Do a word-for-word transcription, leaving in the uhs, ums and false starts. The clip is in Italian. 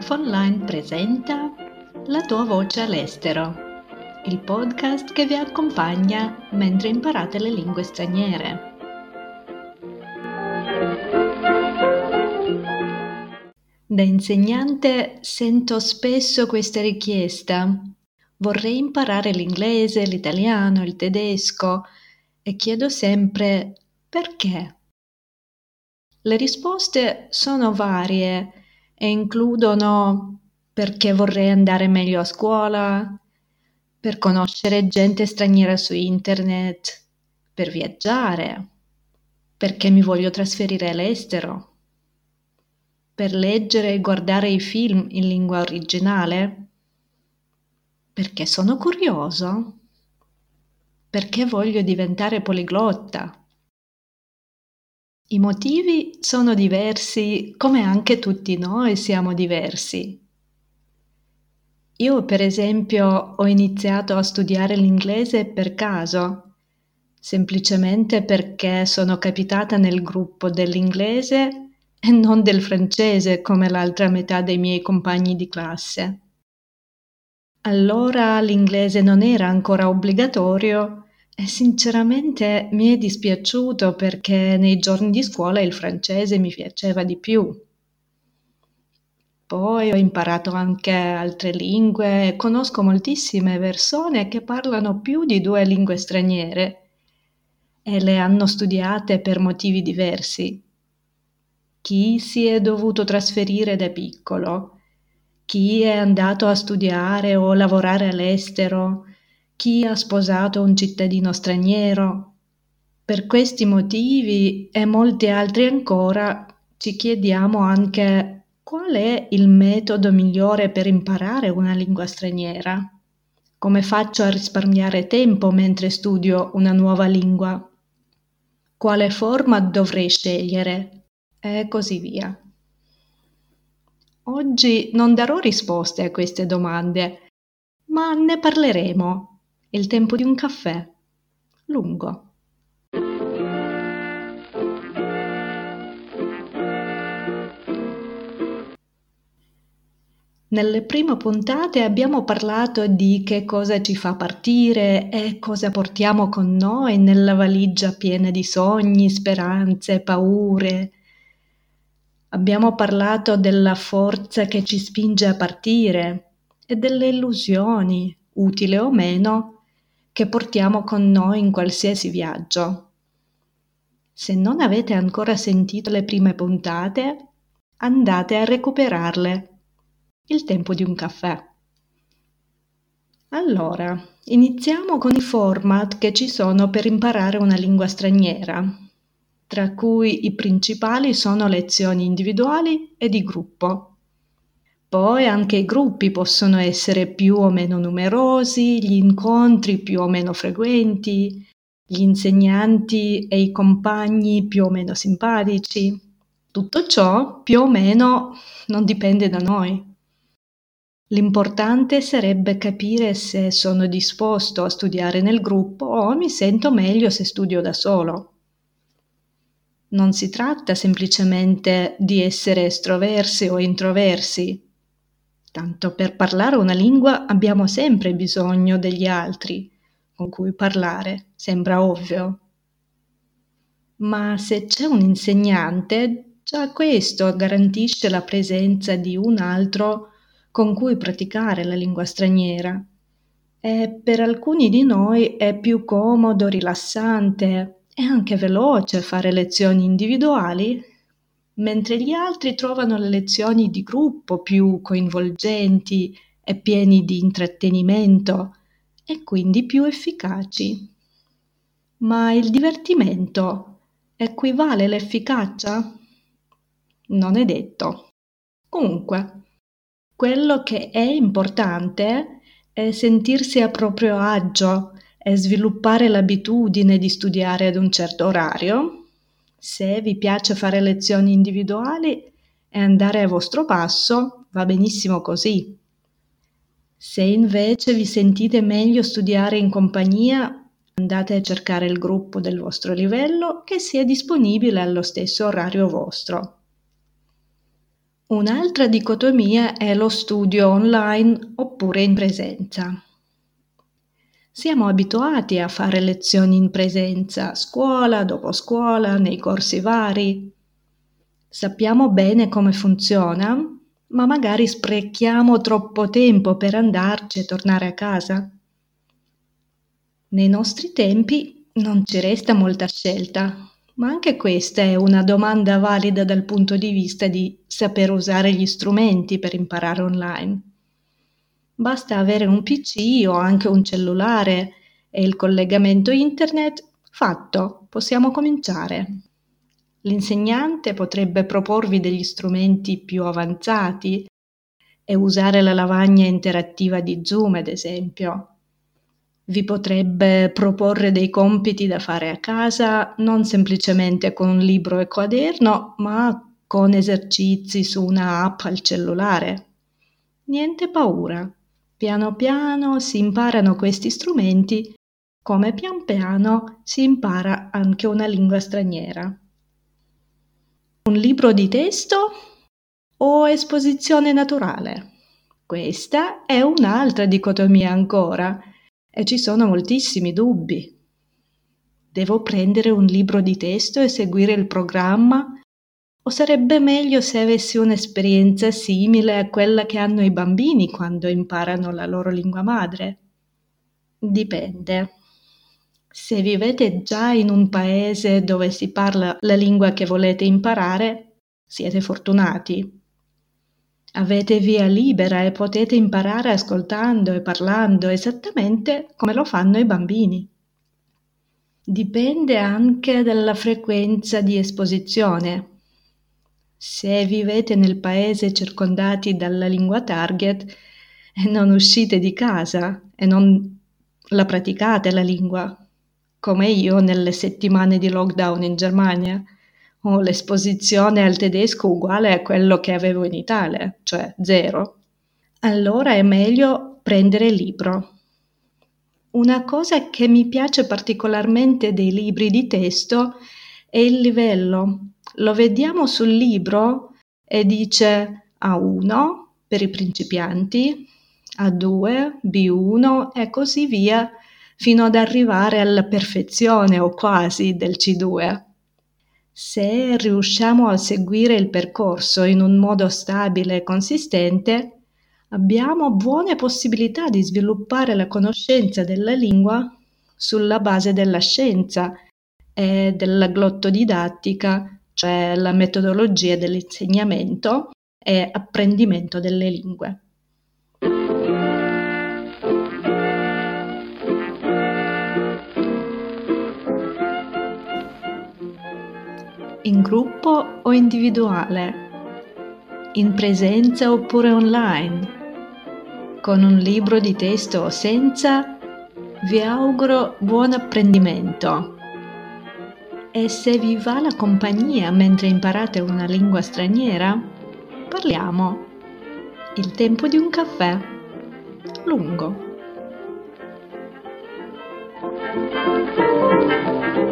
Online presenta La tua voce all'estero, il podcast che vi accompagna mentre imparate le lingue straniere. Da insegnante sento spesso questa richiesta. Vorrei imparare l'inglese, l'italiano, il tedesco e chiedo sempre perché. Le risposte sono varie e includono perché vorrei andare meglio a scuola, per conoscere gente straniera su internet, per viaggiare, perché mi voglio trasferire all'estero, per leggere e guardare i film in lingua originale, perché sono curioso, perché voglio diventare poliglotta. I motivi sono diversi, come anche tutti noi siamo diversi. Io, per esempio, ho iniziato a studiare l'inglese per caso, semplicemente perché sono capitata nel gruppo dell'inglese e non del francese come l'altra metà dei miei compagni di classe. Allora l'inglese non era ancora obbligatorio e sinceramente mi è dispiaciuto perché nei giorni di scuola il francese mi piaceva di più. Poi ho imparato anche altre lingue e conosco moltissime persone che parlano più di due lingue straniere e le hanno studiate per motivi diversi. Chi si è dovuto trasferire da piccolo, chi è andato a studiare o lavorare all'estero, chi ha sposato un cittadino straniero. Per questi motivi e molti altri ancora ci chiediamo anche qual è il metodo migliore per imparare una lingua straniera. Come faccio a risparmiare tempo mentre studio una nuova lingua? Quale format dovrei scegliere? E così via. Oggi non darò risposte a queste domande, ma ne parleremo. È il tempo di un caffè. Lungo. Nelle prime puntate abbiamo parlato di che cosa ci fa partire e cosa portiamo con noi nella valigia piena di sogni, speranze, paure. Abbiamo parlato della forza che ci spinge a partire e delle illusioni, utili o meno, che portiamo con noi in qualsiasi viaggio. Se non avete ancora sentito le prime puntate, andate a recuperarle. Il tempo di un caffè. Allora, iniziamo con i format che ci sono per imparare una lingua straniera, tra cui i principali sono lezioni individuali e di gruppo. Poi anche i gruppi possono essere più o meno numerosi, gli incontri più o meno frequenti, gli insegnanti e i compagni più o meno simpatici. Tutto ciò più o meno non dipende da noi. L'importante sarebbe capire se sono disposto a studiare nel gruppo o mi sento meglio se studio da solo. Non si tratta semplicemente di essere estroversi o introversi. Tanto per parlare una lingua abbiamo sempre bisogno degli altri con cui parlare, sembra ovvio. Ma se c'è un insegnante, già questo garantisce la presenza di un altro con cui praticare la lingua straniera. E per alcuni di noi è più comodo, rilassante e anche veloce fare lezioni individuali, mentre gli altri trovano le lezioni di gruppo più coinvolgenti e pieni di intrattenimento e quindi più efficaci. Ma il divertimento equivale all'efficacia? Non è detto. Comunque, quello che è importante è sentirsi a proprio agio e sviluppare l'abitudine di studiare ad un certo orario. Se vi piace fare lezioni individuali e andare a vostro passo, va benissimo così. Se invece vi sentite meglio studiare in compagnia, andate a cercare il gruppo del vostro livello che sia disponibile allo stesso orario vostro. Un'altra dicotomia è lo studio online oppure in presenza. Siamo abituati a fare lezioni in presenza, scuola dopo scuola, nei corsi vari. Sappiamo bene come funziona, ma magari sprechiamo troppo tempo per andarci e tornare a casa. Nei nostri tempi non ci resta molta scelta, ma anche questa è una domanda valida dal punto di vista di saper usare gli strumenti per imparare online. Basta avere un P C o anche un cellulare e il collegamento internet fatto, possiamo cominciare. L'insegnante potrebbe proporvi degli strumenti più avanzati e usare la lavagna interattiva di Zoom, ad esempio. Vi potrebbe proporre dei compiti da fare a casa, non semplicemente con un libro e quaderno, ma con esercizi su una app al cellulare. Niente paura. Piano piano si imparano questi strumenti, come pian piano si impara anche una lingua straniera. Un libro di testo o esposizione naturale? Questa è un'altra dicotomia ancora e ci sono moltissimi dubbi. Devo prendere un libro di testo e seguire il programma? O sarebbe meglio se avessi un'esperienza simile a quella che hanno i bambini quando imparano la loro lingua madre? Dipende. Se vivete già in un paese dove si parla la lingua che volete imparare, siete fortunati. Avete via libera e potete imparare ascoltando e parlando esattamente come lo fanno i bambini. Dipende anche dalla frequenza di esposizione. Se vivete nel paese circondati dalla lingua target e non uscite di casa e non la praticate la lingua, come io nelle settimane di lockdown in Germania, ho l'esposizione al tedesco uguale a quello che avevo in Italia, cioè zero, allora è meglio prendere il libro. Una cosa che mi piace particolarmente dei libri di testo è il livello. Lo vediamo sul libro e dice A uno per i principianti, A due, B uno e così via fino ad arrivare alla perfezione o quasi del C due. Se riusciamo a seguire il percorso in un modo stabile e consistente, abbiamo buone possibilità di sviluppare la conoscenza della lingua sulla base della scienza e della glottodidattica, cioè la metodologia dell'insegnamento e apprendimento delle lingue. In gruppo o individuale? In presenza oppure online? Con un libro di testo o senza? Vi auguro buon apprendimento. E se vi va la compagnia mentre imparate una lingua straniera? Parliamo. Il tempo di un caffè. Lungo.